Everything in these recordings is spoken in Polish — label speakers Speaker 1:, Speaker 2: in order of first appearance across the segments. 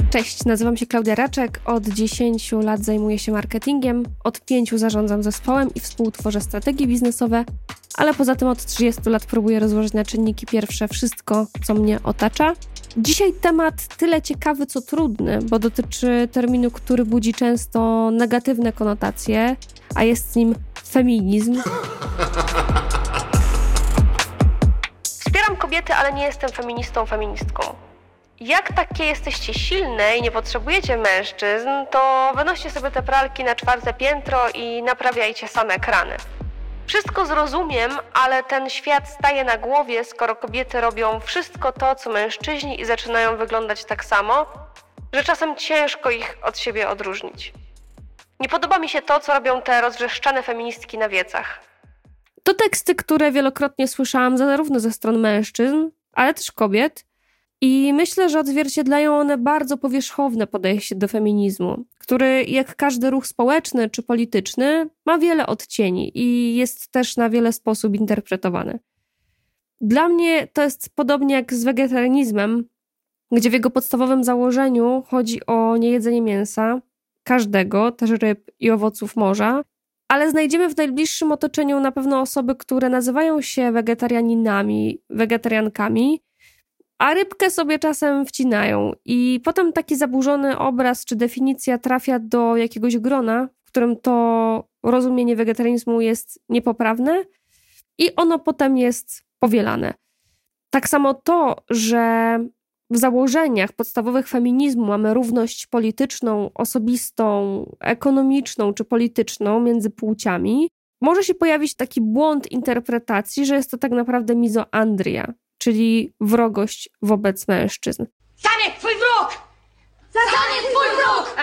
Speaker 1: Cześć, nazywam się Klaudia Raczek, od 10 lat zajmuję się marketingiem, od 5 zarządzam zespołem i współtworzę strategie biznesowe, ale poza tym od 30 lat próbuję rozłożyć na czynniki pierwsze wszystko, co mnie otacza. Dzisiaj temat tyle ciekawy, co trudny, bo dotyczy terminu, który budzi często negatywne konotacje, a jest nim feminizm. Wspieram kobiety, ale nie jestem feministką. Jak takie jesteście silne i nie potrzebujecie mężczyzn, to wynoście sobie te pralki na 4. piętro i naprawiajcie same ekrany. Wszystko zrozumiem, ale ten świat staje na głowie, skoro kobiety robią wszystko to, co mężczyźni i zaczynają wyglądać tak samo, że czasem ciężko ich od siebie odróżnić. Nie podoba mi się to, co robią te rozwrzeszczane feministki na wiecach. To teksty, które wielokrotnie słyszałam zarówno ze stron mężczyzn, ale też kobiet. I myślę, że odzwierciedlają one bardzo powierzchowne podejście do feminizmu, który, jak każdy ruch społeczny czy polityczny, ma wiele odcieni i jest też na wiele sposób interpretowany. Dla mnie to jest podobnie jak z wegetarianizmem, gdzie w jego podstawowym założeniu chodzi o niejedzenie mięsa, każdego, też ryb i owoców morza, ale znajdziemy w najbliższym otoczeniu na pewno osoby, które nazywają się wegetarianinami, wegetariankami, a rybkę sobie czasem wcinają i potem taki zaburzony obraz czy definicja trafia do jakiegoś grona, w którym to rozumienie wegetarianizmu jest niepoprawne i ono potem jest powielane. Tak samo to, że w założeniach podstawowych feminizmu mamy równość polityczną, osobistą, ekonomiczną czy polityczną między płciami, może się pojawić taki błąd interpretacji, że jest to tak naprawdę mizoandria, czyli wrogość wobec mężczyzn.
Speaker 2: Samiec, twój wróg! Samiec, twój wróg!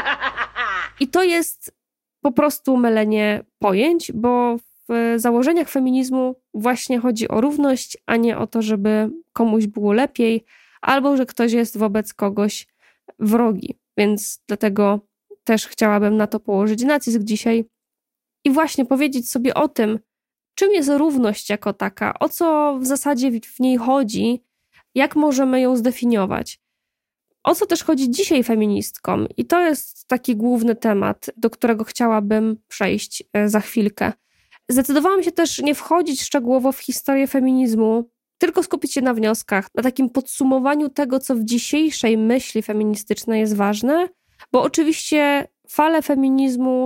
Speaker 1: I to jest po prostu mylenie pojęć, bo w założeniach feminizmu właśnie chodzi o równość, a nie o to, żeby komuś było lepiej, albo że ktoś jest wobec kogoś wrogi. Więc dlatego też chciałabym na to położyć nacisk dzisiaj i właśnie powiedzieć sobie o tym, czym jest równość jako taka, o co w zasadzie w niej chodzi, jak możemy ją zdefiniować. O co też chodzi dzisiaj feministkom i to jest taki główny temat, do którego chciałabym przejść za chwilkę. Zdecydowałam się też nie wchodzić szczegółowo w historię feminizmu, tylko skupić się na wnioskach, na takim podsumowaniu tego, co w dzisiejszej myśli feministycznej jest ważne, bo oczywiście fale feminizmu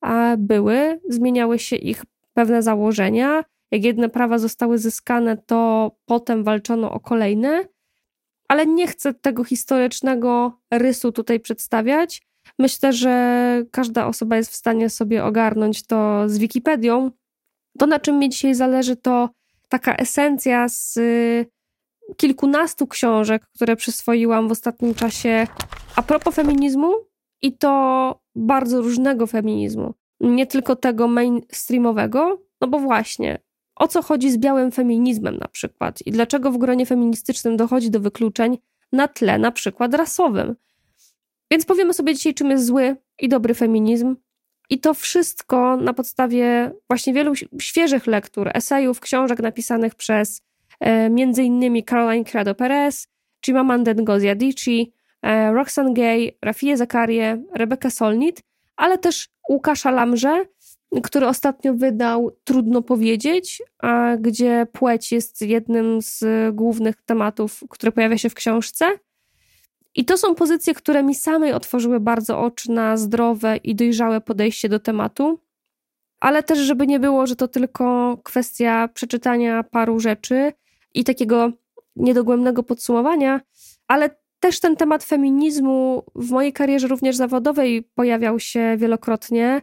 Speaker 1: były, zmieniały się ich pewne założenia. Jak jedne prawa zostały zyskane, to potem walczono o kolejne, ale nie chcę tego historycznego rysu tutaj przedstawiać. Myślę, że każda osoba jest w stanie sobie ogarnąć to z Wikipedią. To, na czym mi dzisiaj zależy, to taka esencja z kilkunastu książek, które przyswoiłam w ostatnim czasie a propos feminizmu i to bardzo różnego feminizmu. Nie tylko tego mainstreamowego, no bo właśnie, o co chodzi z białym feminizmem na przykład i dlaczego w gronie feministycznym dochodzi do wykluczeń na tle na przykład rasowym. Więc powiemy sobie dzisiaj, czym jest zły i dobry feminizm i to wszystko na podstawie właśnie wielu świeżych lektur, esejów, książek napisanych przez między innymi Caroline Criado Perez, Chimamanda Ngozi Adichie, Roxane Gay, Rafię Zakarię, Rebekę Solnit, ale też Łukasza Lamrze, który ostatnio wydał Trudno powiedzieć, gdzie płeć jest jednym z głównych tematów, który pojawia się w książce. I to są pozycje, które mi samej otworzyły bardzo oczy na zdrowe i dojrzałe podejście do tematu, ale też żeby nie było, że to tylko kwestia przeczytania paru rzeczy i takiego niedogłębnego podsumowania, ale też ten temat feminizmu w mojej karierze również zawodowej pojawiał się wielokrotnie,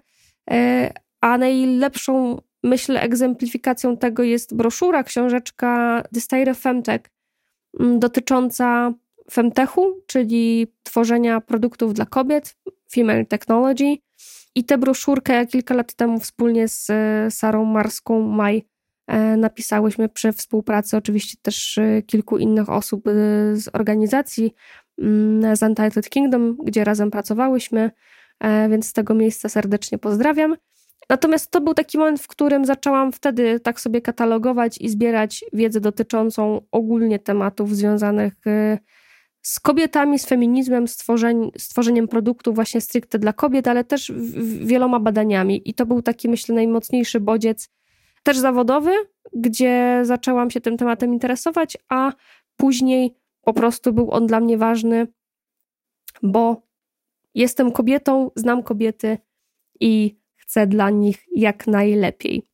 Speaker 1: a najlepszą, myślę, egzemplifikacją tego jest broszura, książeczka The State of Femtech, dotycząca femtechu, czyli tworzenia produktów dla kobiet, Female Technology. I tę broszurkę kilka lat temu wspólnie z Sarą Marską-Maj napisałyśmy przy współpracy oczywiście też kilku innych osób z organizacji z Untitled Kingdom, gdzie razem pracowałyśmy, więc z tego miejsca serdecznie pozdrawiam. Natomiast to był taki moment, w którym zaczęłam wtedy tak sobie katalogować i zbierać wiedzę dotyczącą ogólnie tematów związanych z kobietami, z feminizmem, stworzeniem produktów właśnie stricte dla kobiet, ale też wieloma badaniami. I to był taki, myślę, najmocniejszy bodziec, też zawodowy, gdzie zaczęłam się tym tematem interesować, a później po prostu był on dla mnie ważny, bo jestem kobietą, znam kobiety i chcę dla nich jak najlepiej.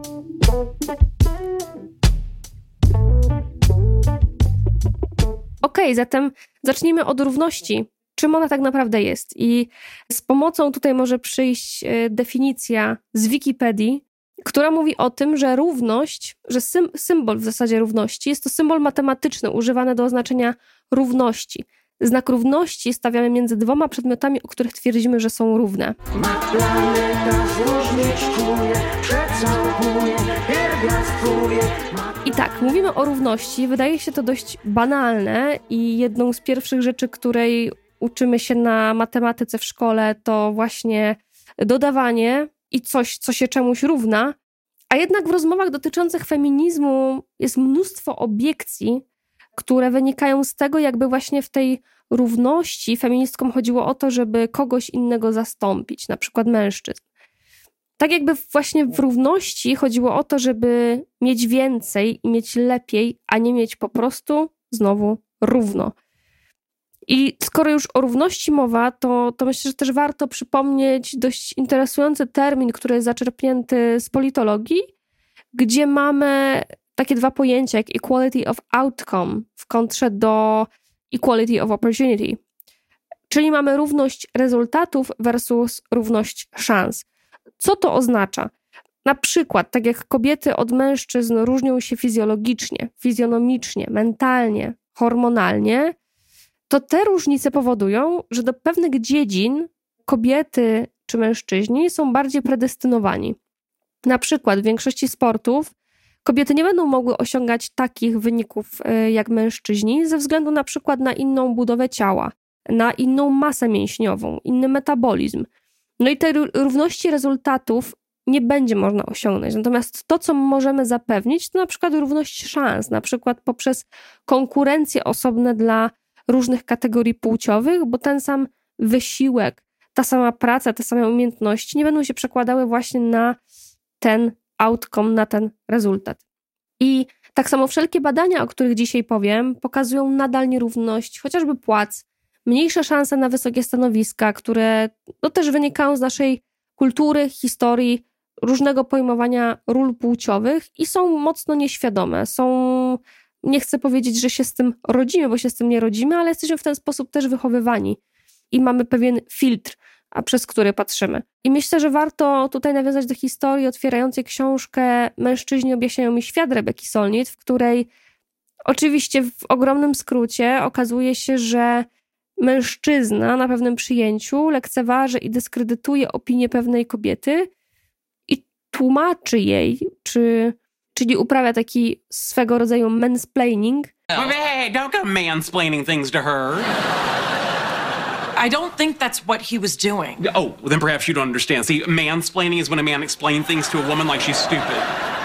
Speaker 1: Okej, zatem zacznijmy od równości. Czym ona tak naprawdę jest? I z pomocą tutaj może przyjść definicja z Wikipedii, która mówi o tym, że równość, że symbol w zasadzie równości jest to symbol matematyczny używany do oznaczenia równości. Znak równości stawiamy między dwoma przedmiotami, o których twierdzimy, że są równe. I tak, mówimy o równości. Wydaje się to dość banalne i jedną z pierwszych rzeczy, której uczymy się na matematyce w szkole, to właśnie dodawanie i coś, co się czemuś równa. A jednak w rozmowach dotyczących feminizmu jest mnóstwo obiekcji, które wynikają z tego, jakby właśnie w tej równości feministkom chodziło o to, żeby kogoś innego zastąpić, na przykład mężczyzn. Tak jakby właśnie w równości chodziło o to, żeby mieć więcej i mieć lepiej, a nie mieć po prostu znowu równo. I skoro już o równości mowa, to myślę, że też warto przypomnieć dość interesujący termin, który jest zaczerpnięty z politologii, gdzie mamy takie dwa pojęcia jak equality of outcome w kontrze do equality of opportunity. Czyli mamy równość rezultatów versus równość szans. Co to oznacza? Na przykład, tak jak kobiety od mężczyzn różnią się fizjologicznie, fizjonomicznie, mentalnie, hormonalnie, to te różnice powodują, że do pewnych dziedzin kobiety czy mężczyźni są bardziej predestynowani. Na przykład w większości sportów kobiety nie będą mogły osiągać takich wyników jak mężczyźni ze względu na przykład na inną budowę ciała, na inną masę mięśniową, inny metabolizm. No i tej równości rezultatów nie będzie można osiągnąć. Natomiast to, co możemy zapewnić, to na przykład równość szans, na przykład poprzez konkurencje osobne dla różnych kategorii płciowych, bo ten sam wysiłek, ta sama praca, te same umiejętności nie będą się przekładały właśnie na ten outcome, na ten rezultat. I tak samo wszelkie badania, o których dzisiaj powiem, pokazują nadal nierówność, chociażby płac, mniejsze szanse na wysokie stanowiska, które też wynikają z naszej kultury, historii, różnego pojmowania ról płciowych i są mocno nieświadome. Nie chcę powiedzieć, że się z tym rodzimy, bo się z tym nie rodzimy, ale jesteśmy w ten sposób też wychowywani i mamy pewien filtr, przez który patrzymy. I myślę, że warto tutaj nawiązać do historii otwierającej książkę Mężczyźni objaśniają mi świat Rebeki Solnit, w której oczywiście w ogromnym skrócie okazuje się, że mężczyzna na pewnym przyjęciu lekceważy i dyskredytuje opinię pewnej kobiety i tłumaczy jej, czyli uprawia taki swego rodzaju mansplaining.
Speaker 3: Hey, don't go mansplaining things to her.
Speaker 4: I don't think that's what he was doing.
Speaker 3: Oh, well, then perhaps you don't understand. See, mansplaining is when a man explains things to a woman like she's stupid.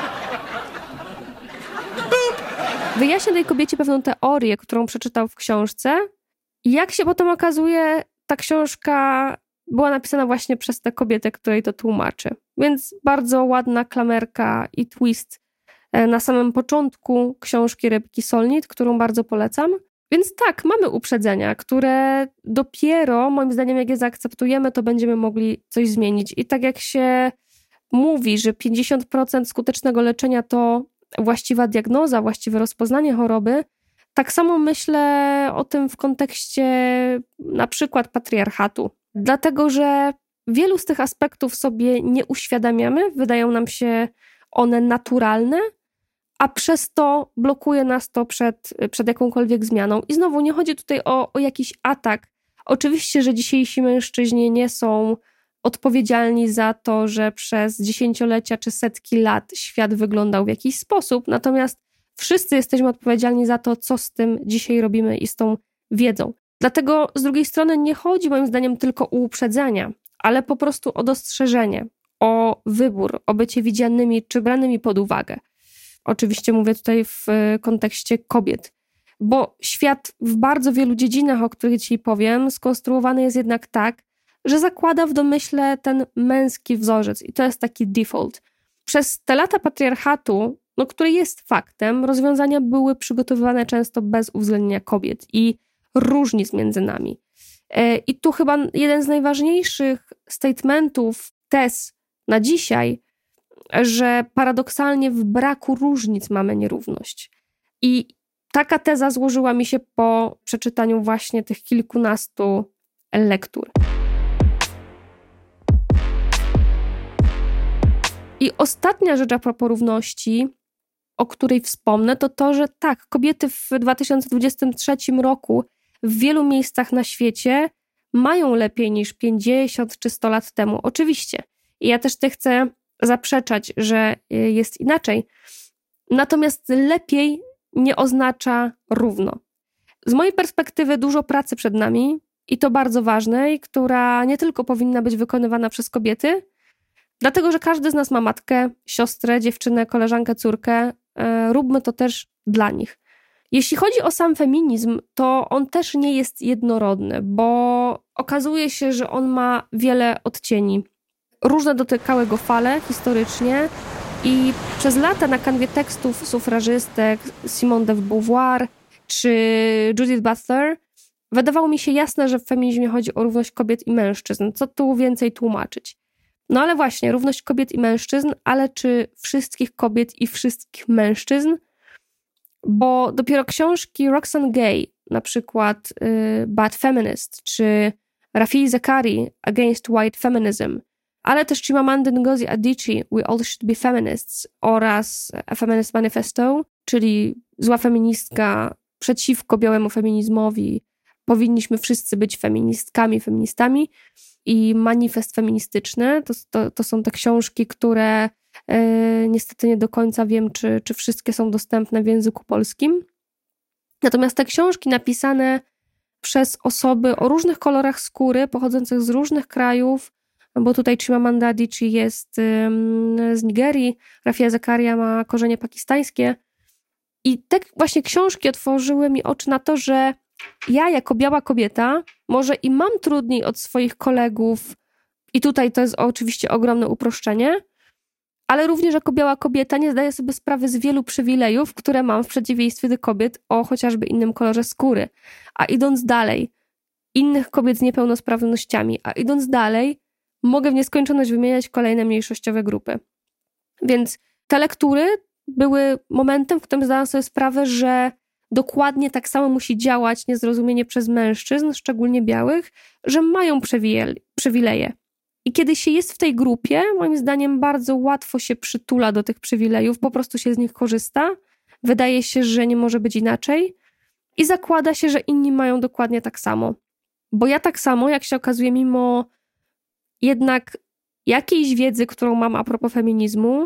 Speaker 1: Wyjaśnia tej kobiecie pewną teorię, którą przeczytał w książce. I jak się potem okazuje, ta książka była napisana właśnie przez tę kobietę, której to tłumaczy. Więc bardzo ładna klamerka i twist na samym początku książki Rebeki Solnit, którą bardzo polecam. Więc tak, mamy uprzedzenia, które dopiero, moim zdaniem, jak je zaakceptujemy, to będziemy mogli coś zmienić. I tak jak się mówi, że 50% skutecznego leczenia to właściwa diagnoza, właściwe rozpoznanie choroby, tak samo myślę o tym w kontekście na przykład patriarchatu. Dlatego, że wielu z tych aspektów sobie nie uświadamiamy, wydają nam się one naturalne, a przez to blokuje nas to przed jakąkolwiek zmianą. I znowu nie chodzi tutaj o jakiś atak. Oczywiście, że dzisiejsi mężczyźni nie są odpowiedzialni za to, że przez dziesięciolecia czy setki lat świat wyglądał w jakiś sposób, natomiast wszyscy jesteśmy odpowiedzialni za to, co z tym dzisiaj robimy i z tą wiedzą. Dlatego z drugiej strony nie chodzi moim zdaniem tylko o uprzedzenia, ale po prostu o dostrzeżenie, o wybór, o bycie widzianymi czy branymi pod uwagę. Oczywiście mówię tutaj w kontekście kobiet. Bo świat w bardzo wielu dziedzinach, o których dzisiaj powiem, skonstruowany jest jednak tak, że zakłada w domyśle ten męski wzorzec i to jest taki default. Przez te lata patriarchatu, który jest faktem, rozwiązania były przygotowywane często bez uwzględnienia kobiet i różnic między nami. I tu chyba jeden z najważniejszych statementów, tez na dzisiaj, że paradoksalnie w braku różnic mamy nierówność. I taka teza złożyła mi się po przeczytaniu właśnie tych kilkunastu lektur. I ostatnia rzecz a propos równości, o której wspomnę, to to, że tak, kobiety w 2023 roku w wielu miejscach na świecie mają lepiej niż 50 czy 100 lat temu. Oczywiście. I ja też chcę zaprzeczać, że jest inaczej. Natomiast lepiej nie oznacza równo. Z mojej perspektywy dużo pracy przed nami i to bardzo ważnej, która nie tylko powinna być wykonywana przez kobiety, dlatego, że każdy z nas ma matkę, siostrę, dziewczynę, koleżankę, córkę. Róbmy to też dla nich. Jeśli chodzi o sam feminizm, to on też nie jest jednorodny, bo okazuje się, że on ma wiele odcieni. Różne dotykały go fale historycznie i przez lata na kanwie tekstów sufrażystek Simone de Beauvoir czy Judith Butler wydawało mi się jasne, że w feminizmie chodzi o równość kobiet i mężczyzn. Co tu więcej tłumaczyć? No ale właśnie, równość kobiet i mężczyzn, ale czy wszystkich kobiet i wszystkich mężczyzn? Bo dopiero książki Roxane Gay, na przykład Bad Feminist, czy Rafi Zakari Against White Feminism, ale też Chimamanda Ngozi Adichie We All Should Be Feminists oraz A Feminist Manifesto, czyli zła feministka przeciwko białemu feminizmowi, powinniśmy wszyscy być feministkami, feministami, i manifest feministyczny. To są te książki, które niestety nie do końca wiem, czy wszystkie są dostępne w języku polskim. Natomiast te książki napisane przez osoby o różnych kolorach skóry, pochodzących z różnych krajów, bo tutaj Chimamanda Adichie jest z Nigerii, Rafia Zakaria ma korzenie pakistańskie. I te właśnie książki otworzyły mi oczy na to, że ja jako biała kobieta może i mam trudniej od swoich kolegów, i tutaj to jest oczywiście ogromne uproszczenie, ale również jako biała kobieta nie zdaję sobie sprawy z wielu przywilejów, które mam w przeciwieństwie do kobiet o chociażby innym kolorze skóry. A idąc dalej, innych kobiet z niepełnosprawnościami, a idąc dalej, mogę w nieskończoność wymieniać kolejne mniejszościowe grupy. Więc te lektury były momentem, w którym zdałam sobie sprawę, że dokładnie tak samo musi działać niezrozumienie przez mężczyzn, szczególnie białych, że mają przywileje. I kiedy się jest w tej grupie, moim zdaniem bardzo łatwo się przytula do tych przywilejów, po prostu się z nich korzysta, wydaje się, że nie może być inaczej i zakłada się, że inni mają dokładnie tak samo. Bo ja tak samo, jak się okazuje, mimo jednak jakiejś wiedzy, którą mam a propos feminizmu,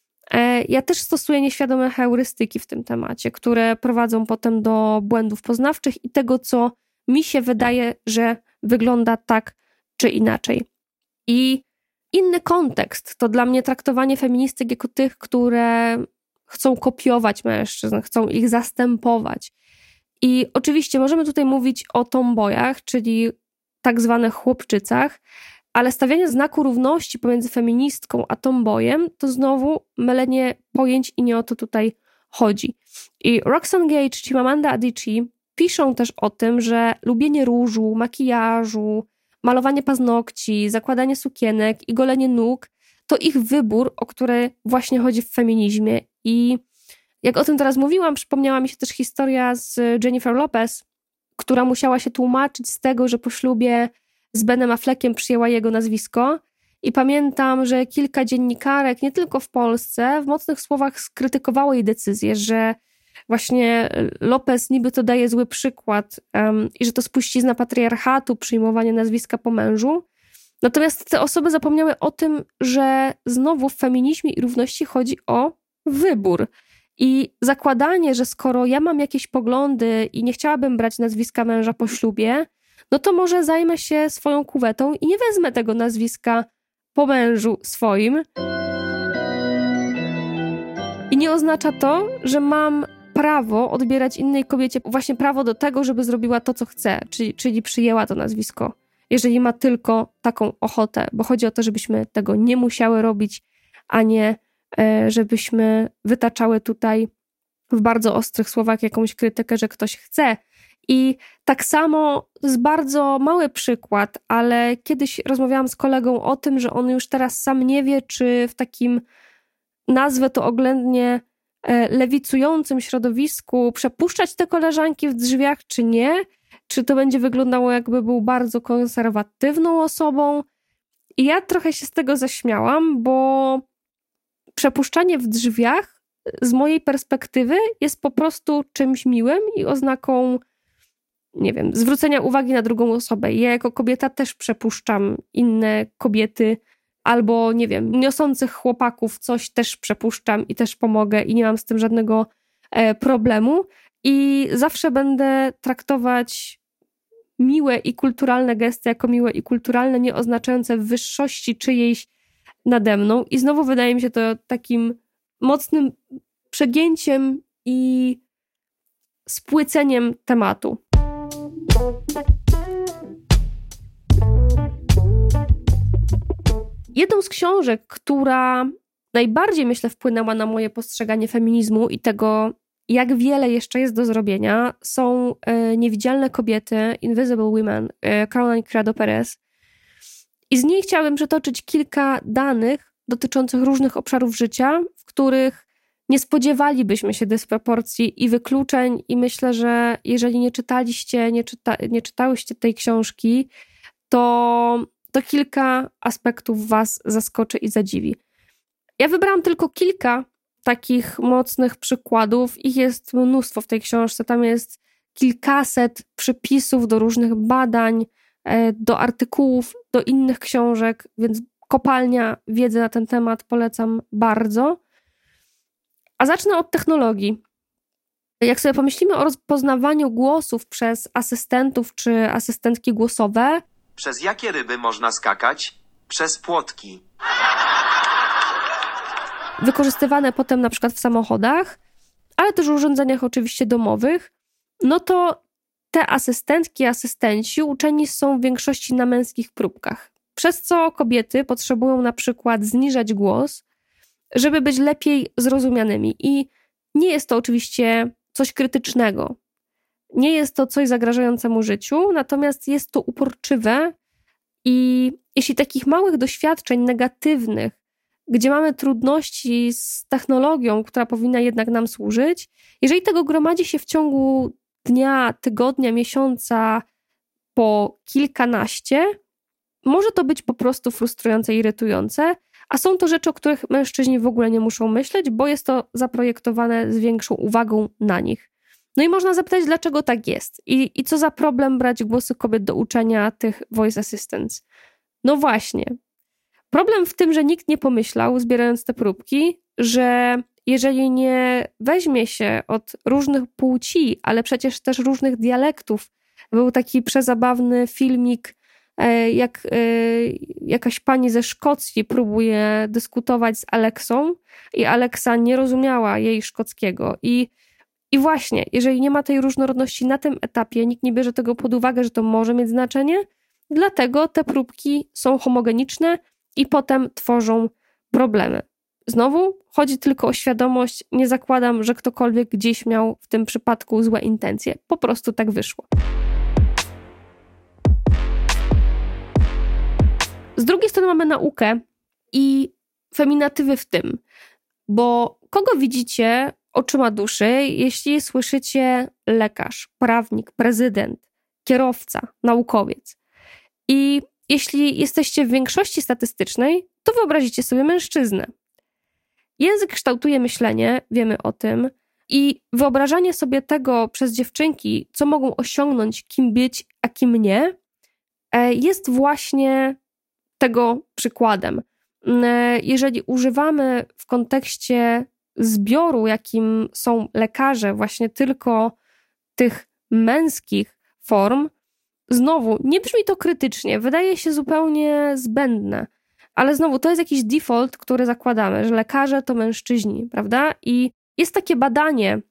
Speaker 1: ja też stosuję nieświadome heurystyki w tym temacie, które prowadzą potem do błędów poznawczych i tego, co mi się wydaje, że wygląda tak czy inaczej. I inny kontekst to dla mnie traktowanie feministek jako tych, które chcą kopiować mężczyzn, chcą ich zastępować. I oczywiście możemy tutaj mówić o tombojach, czyli tak zwanych chłopczycach, ale stawianie znaku równości pomiędzy feministką a tombojem to znowu mylenie pojęć i nie o to tutaj chodzi. I Roxane Gay czy Chimamanda Adichie piszą też o tym, że lubienie różu, makijażu, malowanie paznokci, zakładanie sukienek i golenie nóg to ich wybór, o który właśnie chodzi w feminizmie. I jak o tym teraz mówiłam, przypomniała mi się też historia z Jennifer Lopez, która musiała się tłumaczyć z tego, że po ślubie z Benem Affleckiem przyjęła jego nazwisko i pamiętam, że kilka dziennikarek, nie tylko w Polsce, w mocnych słowach skrytykowało jej decyzję, że właśnie Lopez niby to daje zły przykład i że to spuścizna patriarchatu, przyjmowanie nazwiska po mężu. Natomiast te osoby zapomniały o tym, że znowu w feminizmie i równości chodzi o wybór. I zakładanie, że skoro ja mam jakieś poglądy i nie chciałabym brać nazwiska męża po ślubie, no to może zajmę się swoją kuwetą i nie wezmę tego nazwiska po mężu swoim. I nie oznacza to, że mam prawo odbierać innej kobiecie właśnie prawo do tego, żeby zrobiła to, co chce, czyli przyjęła to nazwisko, jeżeli ma tylko taką ochotę, bo chodzi o to, żebyśmy tego nie musiały robić, a nie żebyśmy wytaczały tutaj w bardzo ostrych słowach jakąś krytykę, że ktoś chce. I tak samo jest bardzo mały przykład, ale kiedyś rozmawiałam z kolegą o tym, że on już teraz sam nie wie, czy w takim, nazwę to oględnie, lewicującym środowisku przepuszczać te koleżanki w drzwiach, czy nie. Czy to będzie wyglądało, jakby był bardzo konserwatywną osobą. I ja trochę się z tego zaśmiałam, bo przepuszczanie w drzwiach z mojej perspektywy jest po prostu czymś miłym i oznaką, nie wiem, zwrócenia uwagi na drugą osobę. Ja jako kobieta też przepuszczam inne kobiety albo, nie wiem, niosących chłopaków coś też przepuszczam i też pomogę i nie mam z tym żadnego problemu. I zawsze będę traktować miłe i kulturalne gesty jako miłe i kulturalne, nie oznaczające wyższości czyjejś nade mną. I znowu wydaje mi się to takim mocnym przegięciem i spłyceniem tematu. Jedną z książek, która najbardziej, myślę, wpłynęła na moje postrzeganie feminizmu i tego, jak wiele jeszcze jest do zrobienia, są Niewidzialne kobiety, Invisible Women, Caroline Criado Perez. I z niej chciałabym przytoczyć kilka danych dotyczących różnych obszarów życia, w których nie spodziewalibyśmy się dysproporcji i wykluczeń i myślę, że jeżeli nie czytaliście, nie czytałyście tej książki, to kilka aspektów was zaskoczy i zadziwi. Ja wybrałam tylko kilka takich mocnych przykładów. Ich jest mnóstwo w tej książce. Tam jest kilkaset przypisów do różnych badań, do artykułów, do innych książek, więc kopalnia wiedzy na ten temat polecam bardzo. A zacznę od technologii. Jak sobie pomyślimy o rozpoznawaniu głosów przez asystentów czy asystentki głosowe.
Speaker 5: Przez jakie ryby można skakać? Przez płotki.
Speaker 1: Wykorzystywane potem na przykład w samochodach, ale też w urządzeniach oczywiście domowych, no to te asystentki, asystenci uczeni są w większości na męskich próbkach. Przez co kobiety potrzebują na przykład zniżać głos, żeby być lepiej zrozumianymi. I nie jest to oczywiście coś krytycznego. Nie jest to coś zagrażającemu życiu, natomiast jest to uporczywe i jeśli takich małych doświadczeń negatywnych, gdzie mamy trudności z technologią, która powinna jednak nam służyć, jeżeli tego gromadzi się w ciągu dnia, tygodnia, miesiąca po kilkanaście, może to być po prostu frustrujące i irytujące, a są to rzeczy, o których mężczyźni w ogóle nie muszą myśleć, bo jest to zaprojektowane z większą uwagą na nich. No i można zapytać, dlaczego tak jest i co za problem brać głosy kobiet do uczenia tych voice assistants. No właśnie. Problem w tym, że nikt nie pomyślał, zbierając te próbki, że jeżeli nie weźmie się od różnych płci, ale przecież też różnych dialektów, był taki przezabawny filmik, jak jakaś pani ze Szkocji próbuje dyskutować z Aleksą i Aleksa nie rozumiała jej szkockiego. I właśnie, jeżeli nie ma tej różnorodności na tym etapie, nikt nie bierze tego pod uwagę, że to może mieć znaczenie, dlatego te próbki są homogeniczne i potem tworzą problemy. Znowu chodzi tylko o świadomość, nie zakładam, że ktokolwiek gdzieś miał w tym przypadku złe intencje. Po prostu tak wyszło. Z drugiej strony mamy naukę i feminatywy w tym, bo kogo widzicie oczyma duszy, jeśli słyszycie lekarz, prawnik, prezydent, kierowca, naukowiec. I jeśli jesteście w większości statystycznej, to wyobrazicie sobie mężczyznę. Język kształtuje myślenie, wiemy o tym, i wyobrażanie sobie tego przez dziewczynki, co mogą osiągnąć, kim być, a kim nie, jest właśnie tego przykładem. Jeżeli używamy w kontekście zbioru, jakim są lekarze, właśnie tylko tych męskich form, znowu nie brzmi to krytycznie, wydaje się zupełnie zbędne, ale znowu to jest jakiś default, który zakładamy, że lekarze to mężczyźni, prawda? I jest takie badanie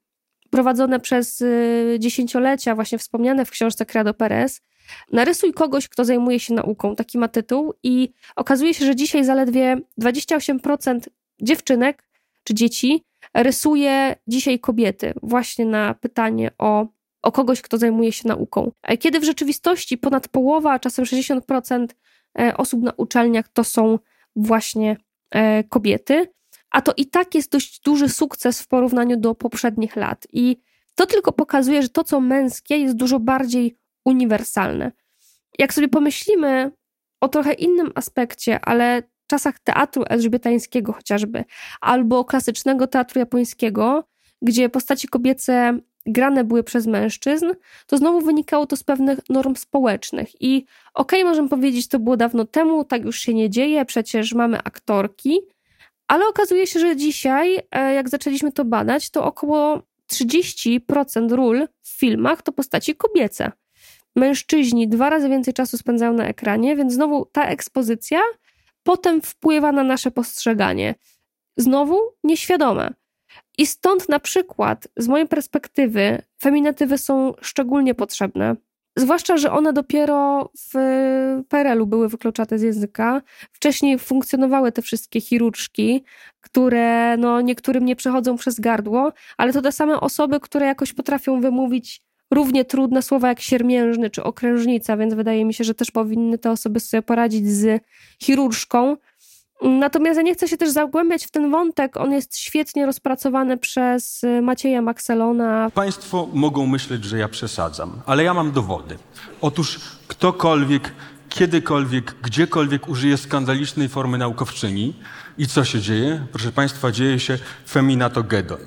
Speaker 1: prowadzone przez dziesięciolecia, właśnie wspomniane w książce Credo Perez. Narysuj kogoś, kto zajmuje się nauką. Taki ma tytuł i okazuje się, że dzisiaj zaledwie 28% dziewczynek czy dzieci rysuje dzisiaj kobiety właśnie na pytanie o kogoś, kto zajmuje się nauką. Kiedy w rzeczywistości ponad połowa, a czasem 60% osób na uczelniach to są właśnie kobiety, a to i tak jest dość duży sukces w porównaniu do poprzednich lat. I to tylko pokazuje, że to, co męskie, jest dużo bardziej uniwersalne. Jak sobie pomyślimy o trochę innym aspekcie, ale czasach teatru elżbietańskiego chociażby, albo klasycznego teatru japońskiego, gdzie postaci kobiece grane były przez mężczyzn, to znowu wynikało to z pewnych norm społecznych. I możemy powiedzieć, to było dawno temu, tak już się nie dzieje, przecież mamy aktorki, ale okazuje się, że dzisiaj, jak zaczęliśmy to badać, to około 30% ról w filmach to postaci kobiece. Mężczyźni 2 razy więcej czasu spędzają na ekranie, więc znowu ta ekspozycja potem wpływa na nasze postrzeganie. Znowu nieświadome. I stąd na przykład, z mojej perspektywy, feminatywy są szczególnie potrzebne. Zwłaszcza, że one dopiero w PRL-u były wykluczane z języka. Wcześniej funkcjonowały te wszystkie chirurżki, które niektórym nie przechodzą przez gardło, ale to te same osoby, które jakoś potrafią wymówić równie trudne słowa jak siermiężny czy okrężnica, więc wydaje mi się, że też powinny te osoby sobie poradzić z chirurżką. Natomiast ja nie chcę się też zagłębiać w ten wątek, on jest świetnie rozpracowany przez Macieja Maxelona.
Speaker 6: Państwo mogą myśleć, że ja przesadzam, ale ja mam dowody. Otóż ktokolwiek, kiedykolwiek, gdziekolwiek użyje skandalicznej formy naukowczyni i co się dzieje? Proszę Państwa, dzieje się feminatogedon.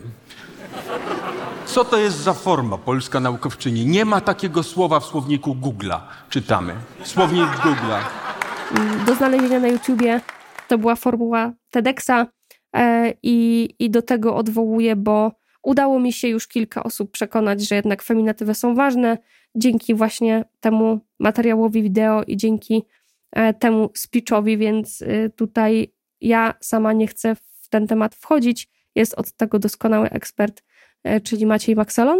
Speaker 6: Co to jest za forma polska naukowczyni? Nie ma takiego słowa w słowniku Google'a. Czytamy. Słownik Google'a.
Speaker 1: Do znalezienia na YouTubie to była formuła TEDxa i do tego odwołuję, bo udało mi się już kilka osób przekonać, że jednak feminatywy są ważne dzięki właśnie temu materiałowi wideo i dzięki temu speechowi, więc tutaj ja sama nie chcę w ten temat wchodzić. Jest od tego doskonały ekspert, czyli Maciej Maxelon.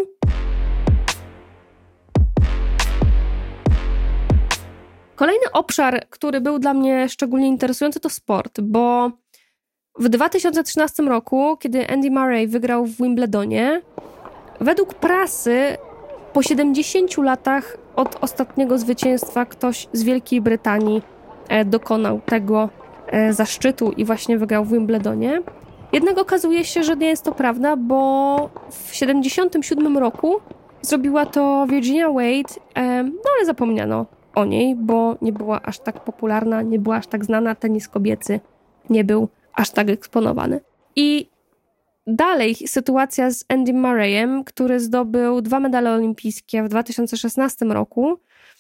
Speaker 1: Kolejny obszar, który był dla mnie szczególnie interesujący, to sport, bo w 2013 roku, kiedy Andy Murray wygrał w Wimbledonie, według prasy po 70 latach od ostatniego zwycięstwa ktoś z Wielkiej Brytanii dokonał tego zaszczytu i właśnie wygrał w Wimbledonie. Jednak okazuje się, że nie jest to prawda, bo w 77 roku zrobiła to Virginia Wade, ale zapomniano o niej, bo nie była aż tak popularna, nie była aż tak znana, tenis kobiecy nie był aż tak eksponowany. I dalej sytuacja z Andy Murrayem, który zdobył 2 medale olimpijskie w 2016 roku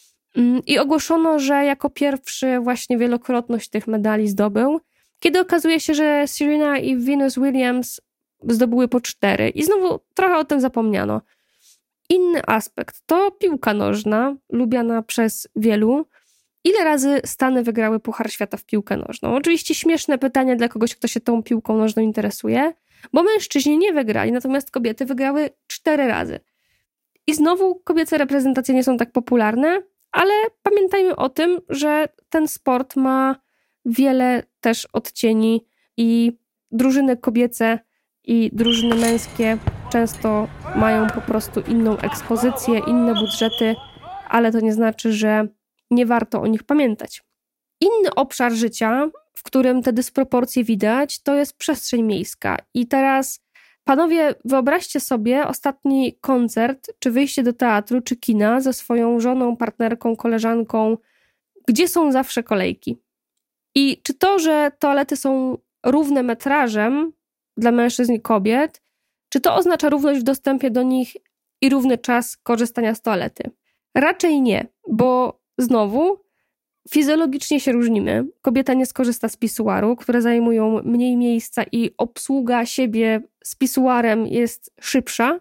Speaker 1: i ogłoszono, że jako pierwszy właśnie wielokrotność tych medali zdobył, kiedy okazuje się, że Serena i Venus Williams zdobyły po 4 i znowu trochę o tym zapomniano. Inny aspekt to piłka nożna, lubiana przez wielu. Ile razy Stany wygrały Puchar Świata w piłkę nożną? Oczywiście śmieszne pytanie dla kogoś, kto się tą piłką nożną interesuje, bo mężczyźni nie wygrali, natomiast kobiety wygrały 4 razy. I znowu kobiece reprezentacje nie są tak popularne, ale pamiętajmy o tym, że ten sport ma wiele też odcieni i drużyny kobiece i drużyny męskie często mają po prostu inną ekspozycję, inne budżety, ale to nie znaczy, że nie warto o nich pamiętać. Inny obszar życia, w którym te dysproporcje widać, to jest przestrzeń miejska. I teraz, panowie, wyobraźcie sobie ostatni koncert, czy wyjście do teatru, czy kina ze swoją żoną, partnerką, koleżanką, gdzie są zawsze kolejki. I czy to, że toalety są równe metrażem dla mężczyzn i kobiet, czy to oznacza równość w dostępie do nich i równy czas korzystania z toalety? Raczej nie, bo znowu fizjologicznie się różnimy. Kobieta nie skorzysta z pisuaru, które zajmują mniej miejsca i obsługa siebie z pisuarem jest szybsza,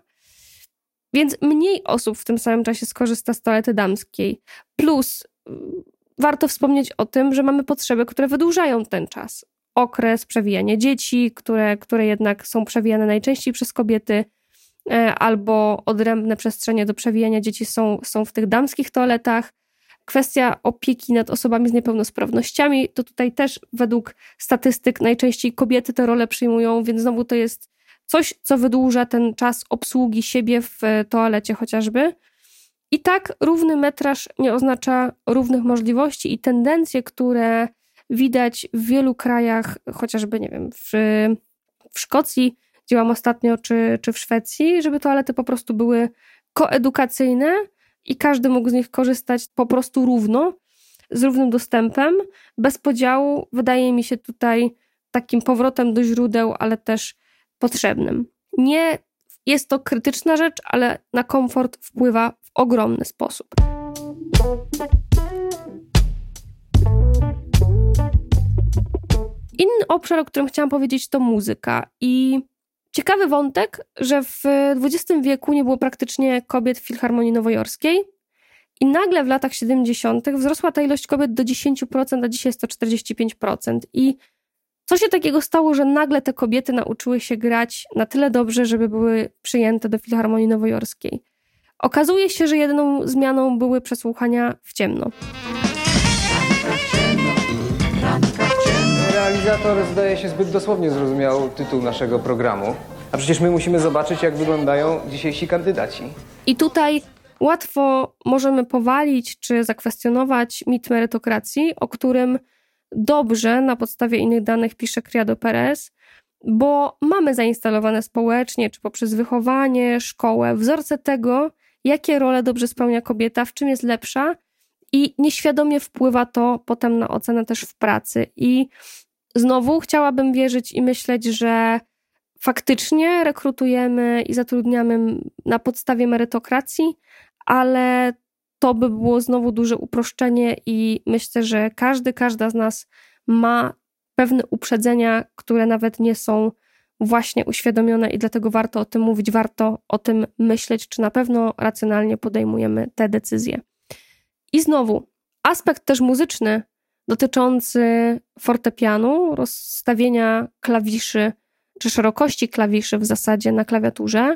Speaker 1: więc mniej osób w tym samym czasie skorzysta z toalety damskiej. Plus warto wspomnieć o tym, że mamy potrzeby, które wydłużają ten czas. Okres przewijania dzieci, które jednak są przewijane najczęściej przez kobiety, albo odrębne przestrzenie do przewijania dzieci są w tych damskich toaletach. Kwestia opieki nad osobami z niepełnosprawnościami, to tutaj też według statystyk najczęściej kobiety tę rolę przyjmują, więc znowu to jest coś, co wydłuża ten czas obsługi siebie w toalecie chociażby. I tak równy metraż nie oznacza równych możliwości i tendencje, które widać w wielu krajach, chociażby, nie wiem, w Szkocji, gdzie byłam ostatnio, czy w Szwecji, żeby toalety po prostu były koedukacyjne i każdy mógł z nich korzystać po prostu równo, z równym dostępem, bez podziału, wydaje mi się tutaj takim powrotem do źródeł, ale też potrzebnym. Nie jest to krytyczna rzecz, ale na komfort wpływa w ogromny sposób. Inny obszar, o którym chciałam powiedzieć, to muzyka. I ciekawy wątek, że w XX wieku nie było praktycznie kobiet w Filharmonii Nowojorskiej i nagle w latach 70. wzrosła ta ilość kobiet do 10%, a dzisiaj jest to 45%. I co się takiego stało, że nagle te kobiety nauczyły się grać na tyle dobrze, żeby były przyjęte do Filharmonii Nowojorskiej? Okazuje się, że jedyną zmianą były przesłuchania w ciemno.
Speaker 7: Realizator, zdaje się, zbyt dosłownie zrozumiał tytuł naszego programu. A przecież my musimy zobaczyć, jak wyglądają dzisiejsi kandydaci.
Speaker 1: I tutaj łatwo możemy powalić czy zakwestionować mit merytokracji, o którym dobrze na podstawie innych danych pisze Criado Perez, bo mamy zainstalowane społecznie czy poprzez wychowanie, szkołę, wzorce tego, jakie role dobrze spełnia kobieta, w czym jest lepsza i nieświadomie wpływa to potem na ocenę też w pracy. I znowu chciałabym wierzyć i myśleć, że faktycznie rekrutujemy i zatrudniamy na podstawie merytokracji, ale to by było znowu duże uproszczenie i myślę, że każda z nas ma pewne uprzedzenia, które nawet nie są właśnie uświadomione i dlatego warto o tym mówić, warto o tym myśleć, czy na pewno racjonalnie podejmujemy te decyzje. I znowu, aspekt też muzyczny dotyczący fortepianu, rozstawienia klawiszy, czy szerokości klawiszy w zasadzie na klawiaturze.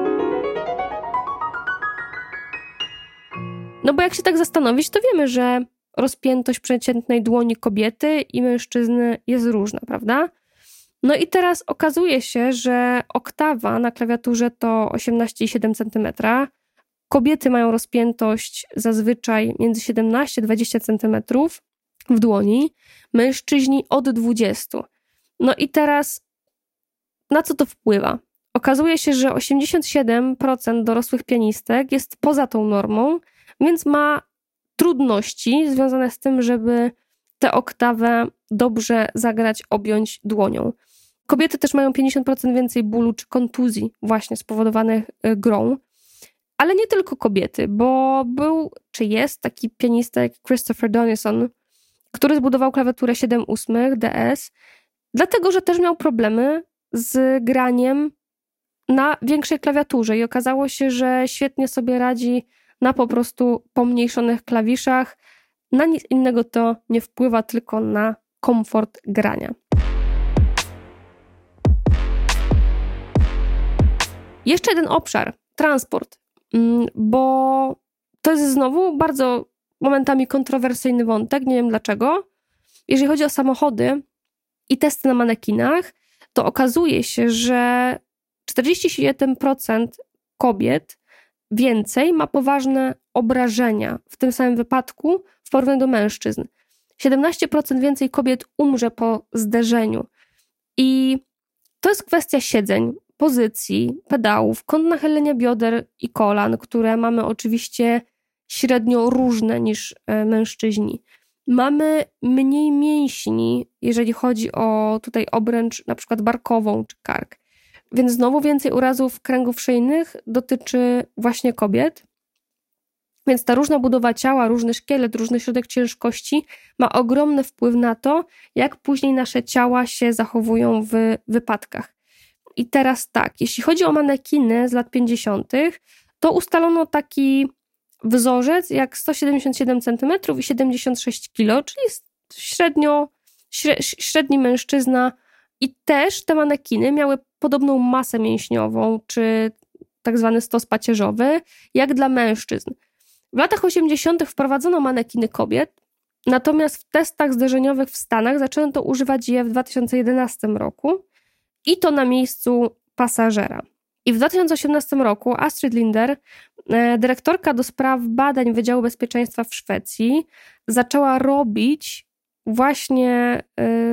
Speaker 1: No bo jak się tak zastanowić, to wiemy, że rozpiętość przeciętnej dłoni kobiety i mężczyzny jest różna, prawda? No i teraz okazuje się, że oktawa na klawiaturze to 18,7 cm. Kobiety mają rozpiętość zazwyczaj między 17 a 20 cm w dłoni, mężczyźni od 20. No i teraz na co to wpływa? Okazuje się, że 87% dorosłych pianistek jest poza tą normą, więc ma trudności związane z tym, żeby tę oktawę dobrze zagrać, objąć dłonią. Kobiety też mają 50% więcej bólu czy kontuzji właśnie spowodowanych grą, ale nie tylko kobiety, bo był czy jest taki pianista jak Christopher Donison, który zbudował klawiaturę 7/8 DS, dlatego że też miał problemy z graniem na większej klawiaturze i okazało się, że świetnie sobie radzi na po prostu pomniejszonych klawiszach. Na nic innego to nie wpływa, tylko na komfort grania. Jeszcze jeden obszar, transport, bo to jest znowu bardzo momentami kontrowersyjny wątek, nie wiem dlaczego. Jeżeli chodzi o samochody i testy na manekinach, to okazuje się, że 47% kobiet więcej ma poważne obrażenia w tym samym wypadku w porównaniu do mężczyzn. 17% więcej kobiet umrze po zderzeniu. I to jest kwestia siedzeń, pozycji, pedałów, kąt nachylenia bioder i kolan, które mamy oczywiście średnio różne niż mężczyźni. Mamy mniej mięśni, jeżeli chodzi o tutaj obręcz na przykład barkową czy kark. Więc znowu więcej urazów kręgów szyjnych dotyczy właśnie kobiet. Więc ta różna budowa ciała, różny szkielet, różny środek ciężkości ma ogromny wpływ na to, jak później nasze ciała się zachowują w wypadkach. I teraz tak, jeśli chodzi o manekiny z lat 50., to ustalono taki wzorzec jak 177 cm i 76 kg, czyli średni mężczyzna. I też te manekiny miały podobną masę mięśniową, czy tak zwany stos pacierzowy, jak dla mężczyzn. W latach 80. wprowadzono manekiny kobiet, natomiast w testach zderzeniowych w Stanach zaczęto używać je w 2011 roku i to na miejscu pasażera. I w 2018 roku Astrid Linder, dyrektorka do spraw badań Wydziału Bezpieczeństwa w Szwecji, zaczęła robić właśnie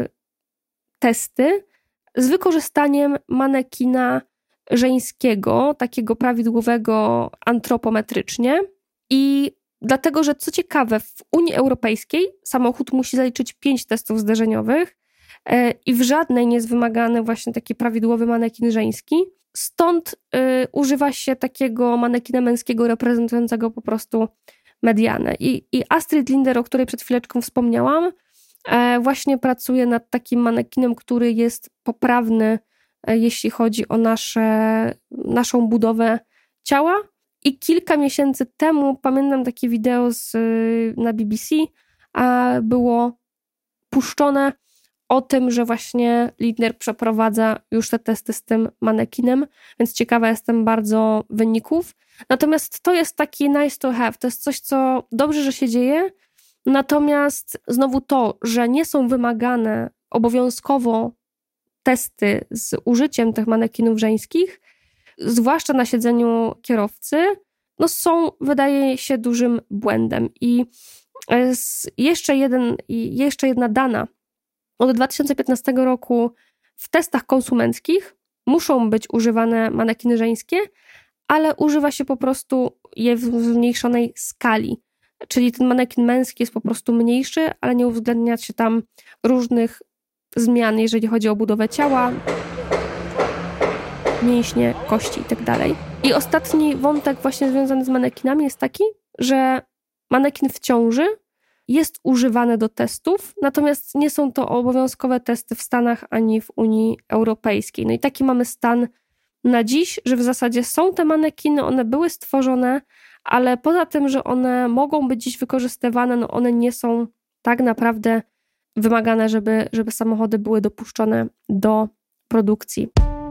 Speaker 1: testy z wykorzystaniem manekina żeńskiego, takiego prawidłowego antropometrycznie. I dlatego, że co ciekawe, w Unii Europejskiej samochód musi zaliczyć 5 testów zderzeniowych i w żadnej nie jest wymagany właśnie taki prawidłowy manekin żeński. Stąd używa się takiego manekina męskiego reprezentującego po prostu medianę. I Astrid Linder, o której przed chwileczką wspomniałam, właśnie pracuje nad takim manekinem, który jest poprawny, jeśli chodzi o naszą budowę ciała. I kilka miesięcy temu, pamiętam takie wideo na BBC, było puszczone o tym, że właśnie Linder przeprowadza już te testy z tym manekinem, więc ciekawa jestem bardzo wyników. Natomiast to jest taki nice to have, to jest coś, co dobrze, że się dzieje, natomiast znowu to, że nie są wymagane obowiązkowo testy z użyciem tych manekinów żeńskich, zwłaszcza na siedzeniu kierowcy, no są, wydaje się, dużym błędem. I jeszcze jedna dana. Od 2015 roku w testach konsumenckich muszą być używane manekiny żeńskie, ale używa się po prostu je w zmniejszonej skali. Czyli ten manekin męski jest po prostu mniejszy, ale nie uwzględnia się tam różnych zmian, jeżeli chodzi o budowę ciała, mięśnie, kości itd. I ostatni wątek właśnie związany z manekinami jest taki, że manekin w ciąży jest używany do testów, natomiast nie są to obowiązkowe testy w Stanach ani w Unii Europejskiej. No i taki mamy stan na dziś, że w zasadzie są te manekiny, one były stworzone, ale poza tym, że one mogą być dziś wykorzystywane, no one nie są tak naprawdę wymagane, żeby samochody były dopuszczone do produkcji.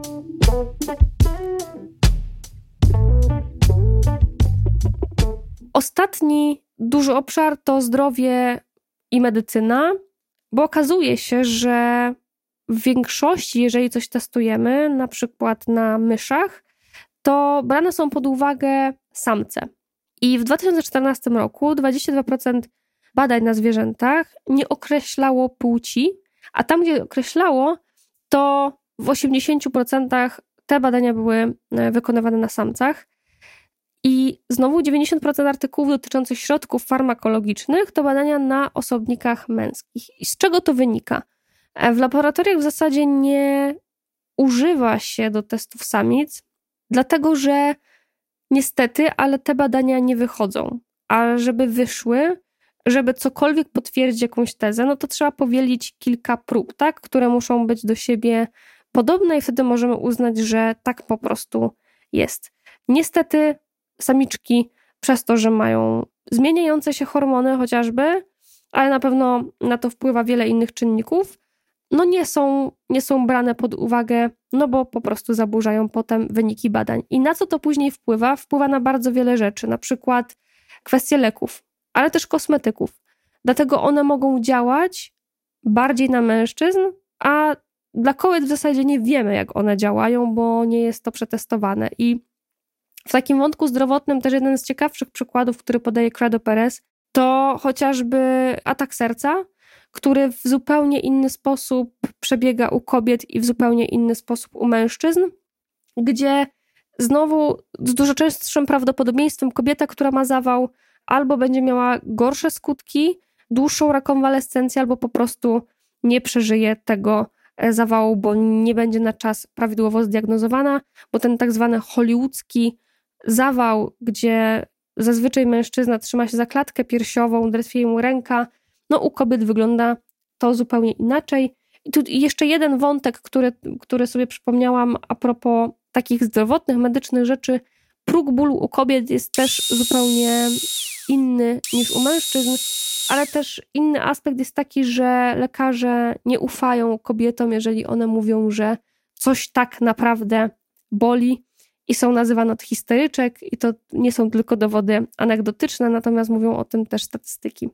Speaker 1: Ostatni duży obszar to zdrowie i medycyna, bo okazuje się, że w większości, jeżeli coś testujemy, na przykład na myszach, to brane są pod uwagę samce. I w 2014 roku 22% badań na zwierzętach nie określało płci, a tam, gdzie określało, to w 80% te badania były wykonywane na samcach. I znowu 90% artykułów dotyczących środków farmakologicznych to badania na osobnikach męskich. I z czego to wynika? W laboratoriach w zasadzie nie używa się do testów samic, dlatego że niestety, ale te badania nie wychodzą. A żeby wyszły, żeby cokolwiek potwierdzić jakąś tezę, no to trzeba powielić kilka prób, tak, które muszą być do siebie podobne i wtedy możemy uznać, że tak po prostu jest. Niestety samiczki przez to, że mają zmieniające się hormony chociażby, ale na pewno na to wpływa wiele innych czynników, no nie są brane pod uwagę, no bo po prostu zaburzają potem wyniki badań. I na co to później wpływa? Wpływa na bardzo wiele rzeczy, na przykład kwestie leków, ale też kosmetyków. Dlatego one mogą działać bardziej na mężczyzn, a dla kobiet w zasadzie nie wiemy, jak one działają, bo nie jest to przetestowane. I w takim wątku zdrowotnym też jeden z ciekawszych przykładów, który podaje Credo Perez, to chociażby atak serca, który w zupełnie inny sposób przebiega u kobiet i w zupełnie inny sposób u mężczyzn, gdzie znowu z dużo częstszym prawdopodobieństwem kobieta, która ma zawał, albo będzie miała gorsze skutki, dłuższą rekonwalescencję, albo po prostu nie przeżyje tego zawału, bo nie będzie na czas prawidłowo zdiagnozowana, bo ten tak zwany hollywoodzki zawał, gdzie zazwyczaj mężczyzna trzyma się za klatkę piersiową, drętwieje mu ręka, no u kobiet wygląda to zupełnie inaczej. I tu jeszcze jeden wątek, który sobie przypomniałam a propos takich zdrowotnych, medycznych rzeczy. Próg bólu u kobiet jest też zupełnie inny niż u mężczyzn, ale też inny aspekt jest taki, że lekarze nie ufają kobietom, jeżeli one mówią, że coś tak naprawdę boli i są nazywane od histeryczek i to nie są tylko dowody anegdotyczne, natomiast mówią o tym też statystyki.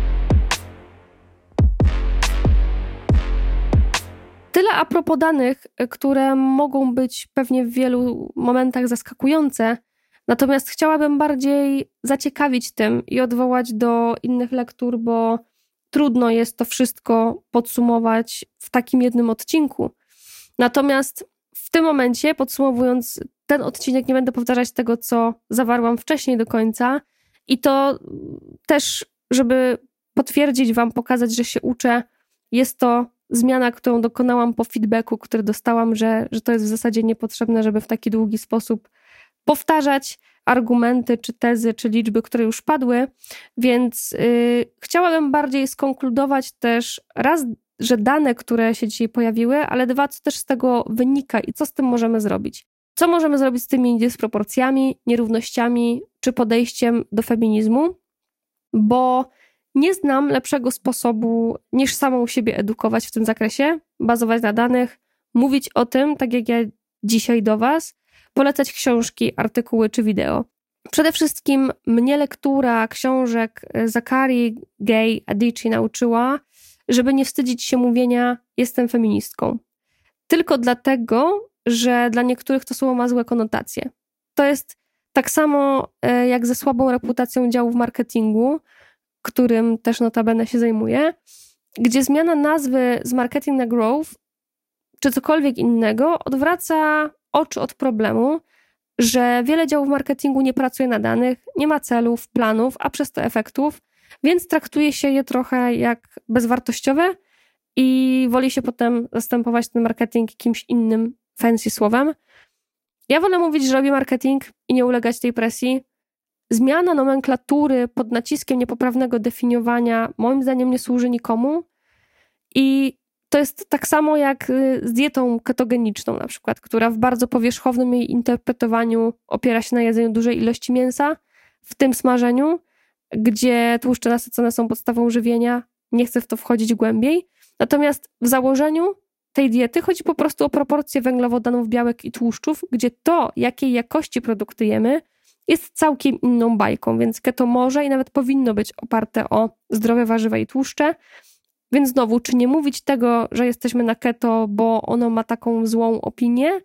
Speaker 1: Tyle a propos danych, które mogą być pewnie w wielu momentach zaskakujące, natomiast chciałabym bardziej zaciekawić tym i odwołać do innych lektur, bo trudno jest to wszystko podsumować w takim jednym odcinku. Natomiast w tym momencie, podsumowując ten odcinek, nie będę powtarzać tego, co zawarłam wcześniej do końca i to też, żeby potwierdzić wam, pokazać, że się uczę, jest to zmiana, którą dokonałam po feedbacku, który dostałam, że to jest w zasadzie niepotrzebne, żeby w taki długi sposób powtarzać argumenty, czy tezy, czy liczby, które już padły, więc chciałabym bardziej skonkludować też raz, że dane, które się dzisiaj pojawiły, ale dwa, co też z tego wynika i co z tym możemy zrobić. Co możemy zrobić z tymi dysproporcjami, nierównościami, czy podejściem do feminizmu, bo nie znam lepszego sposobu niż samą siebie edukować w tym zakresie, bazować na danych, mówić o tym, tak jak ja dzisiaj do was, polecać książki, artykuły czy wideo. Przede wszystkim mnie lektura książek Zachary Gay Adichie nauczyła, żeby nie wstydzić się mówienia jestem feministką. Tylko dlatego, że dla niektórych to słowo ma złe konotacje. To jest tak samo jak ze słabą reputacją działu w marketingu, którym też notabene się zajmuję, gdzie zmiana nazwy z marketing na growth czy cokolwiek innego odwraca oczy od problemu, że wiele działów marketingu nie pracuje na danych, nie ma celów, planów, a przez to efektów, więc traktuje się je trochę jak bezwartościowe i woli się potem zastępować ten marketing jakimś innym fancy słowem. Ja wolę mówić, że robię marketing i nie ulegać tej presji. Zmiana nomenklatury pod naciskiem niepoprawnego definiowania moim zdaniem nie służy nikomu i to jest tak samo jak z dietą ketogeniczną na przykład, która w bardzo powierzchownym jej interpretowaniu opiera się na jedzeniu dużej ilości mięsa, w tym smażeniu, gdzie tłuszcze nasycone są podstawą żywienia. Nie chcę w to wchodzić głębiej. Natomiast w założeniu tej diety chodzi po prostu o proporcje węglowodanów, białek i tłuszczów, gdzie to, jakiej jakości produkty jemy, jest całkiem inną bajką, więc keto może i nawet powinno być oparte o zdrowe warzywa i tłuszcze. Więc znowu, czy nie mówić tego, że jesteśmy na keto, bo ono ma taką złą opinię?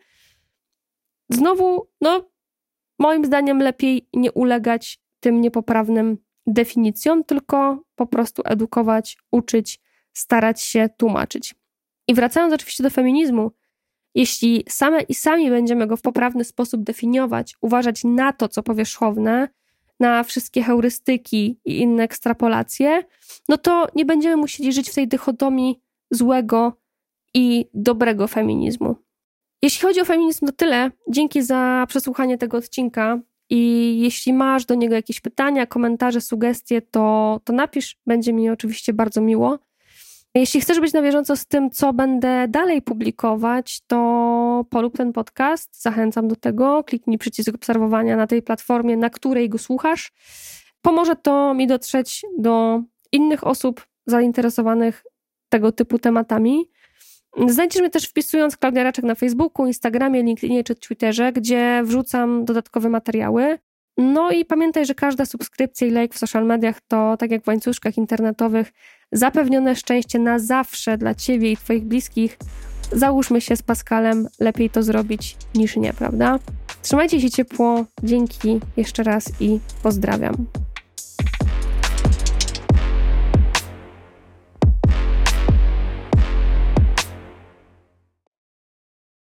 Speaker 1: Znowu, moim zdaniem lepiej nie ulegać tym niepoprawnym definicjom, tylko po prostu edukować, uczyć, starać się tłumaczyć. I wracając oczywiście do feminizmu, jeśli sami będziemy go w poprawny sposób definiować, uważać na to, co powierzchowne, na wszystkie heurystyki i inne ekstrapolacje, no to nie będziemy musieli żyć w tej dychotomii złego i dobrego feminizmu. Jeśli chodzi o feminizm, to tyle. Dzięki za przesłuchanie tego odcinka i jeśli masz do niego jakieś pytania, komentarze, sugestie, to napisz. Będzie mi oczywiście bardzo miło. Jeśli chcesz być na bieżąco z tym, co będę dalej publikować, to polub ten podcast. Zachęcam do tego. Kliknij przycisk obserwowania na tej platformie, na której go słuchasz. Pomoże to mi dotrzeć do innych osób zainteresowanych tego typu tematami. Znajdziesz mnie też wpisując Klaudia Raczek na Facebooku, Instagramie, LinkedInie czy Twitterze, gdzie wrzucam dodatkowe materiały. No i pamiętaj, że każda subskrypcja i like w social mediach to, tak jak w łańcuszkach internetowych, zapewnione szczęście na zawsze dla ciebie i twoich bliskich. Załóżmy się z Pascalem, lepiej to zrobić niż nie, prawda? Trzymajcie się ciepło, dzięki jeszcze raz i pozdrawiam.